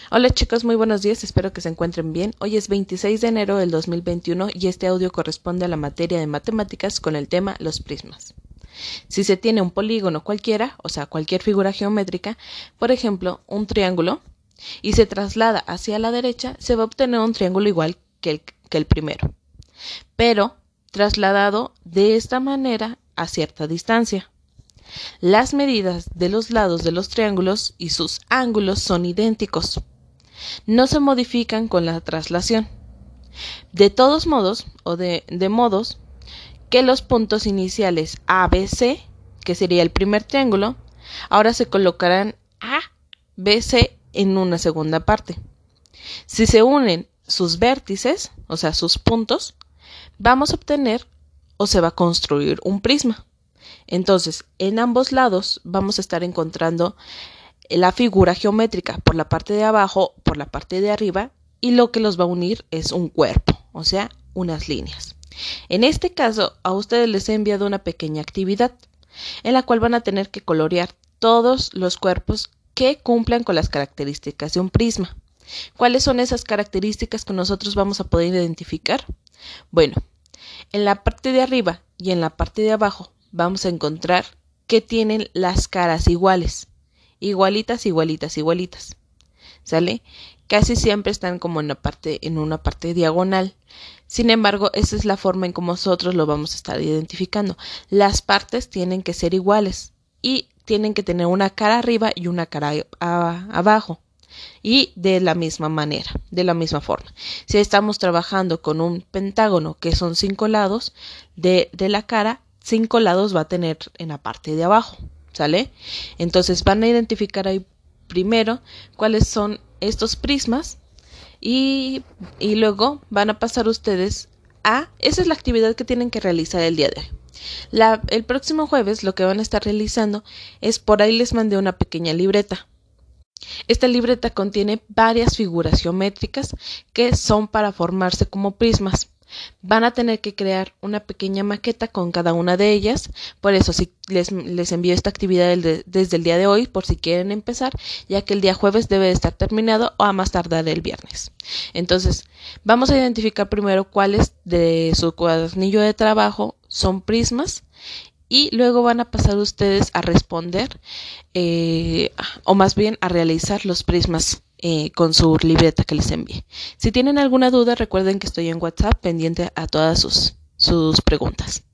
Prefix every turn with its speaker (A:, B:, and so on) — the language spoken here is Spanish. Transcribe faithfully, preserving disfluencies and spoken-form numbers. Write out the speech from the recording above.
A: Hola chicos, muy buenos días, espero que se encuentren bien. Hoy es veintiséis de enero del dos mil veintiuno y este audio corresponde a la materia de matemáticas con el tema los prismas. Si se tiene un polígono cualquiera, o sea, cualquier figura geométrica, por ejemplo, un triángulo, y se traslada hacia la derecha, se va a obtener un triángulo igual que el, que el primero, pero trasladado de esta manera a cierta distancia. Las medidas de los lados de los triángulos y sus ángulos son idénticos. No se modifican con la traslación. De todos modos, o de, de modos, que los puntos iniciales A, B, C, que sería el primer triángulo, ahora se colocarán A, B, C en una segunda parte. Si se unen sus vértices, o sea, sus puntos, vamos a obtener o se va a construir un prisma. Entonces, en ambos lados vamos a estar encontrando la figura geométrica por la parte de abajo, por la parte de arriba, y lo que los va a unir es un cuerpo, o sea, unas líneas. En este caso, a ustedes les he enviado una pequeña actividad en la cual van a tener que colorear todos los cuerpos que cumplan con las características de un prisma. ¿Cuáles son esas características que nosotros vamos a poder identificar? Bueno, en la parte de arriba y en la parte de abajo vamos a encontrar que tienen las caras iguales. Igualitas, igualitas, igualitas, ¿sale? Casi siempre están como en una parte, en una parte diagonal. Sin embargo, esa es la forma en cómo nosotros lo vamos a estar identificando. Las partes tienen que ser iguales y tienen que tener una cara arriba y una cara a, abajo. Y de la misma manera, de la misma forma. Si estamos trabajando con un pentágono que son cinco lados, de, de la cara, cinco lados va a tener en la parte de abajo. ¿Sale? Entonces van a identificar ahí primero cuáles son estos prismas y, y luego van a pasar ustedes a... Esa es la actividad que tienen que realizar el día de hoy. La, el próximo jueves lo que van a estar realizando es, por ahí les mandé una pequeña libreta. Esta libreta contiene varias figuras geométricas que son para formarse como prismas. Van a tener que crear una pequeña maqueta con cada una de ellas. Por eso si les, les envío esta actividad de, desde el día de hoy, por si quieren empezar, ya que el día jueves debe de estar terminado o a más tardar el viernes. Entonces, vamos a identificar primero cuáles de su cuadernillo de trabajo son prismas y luego van a pasar ustedes a responder eh, o más bien a realizar los prismas Eh, con su libreta que les envíe. Si tienen alguna duda, recuerden que estoy en WhatsApp pendiente a todas sus, sus preguntas.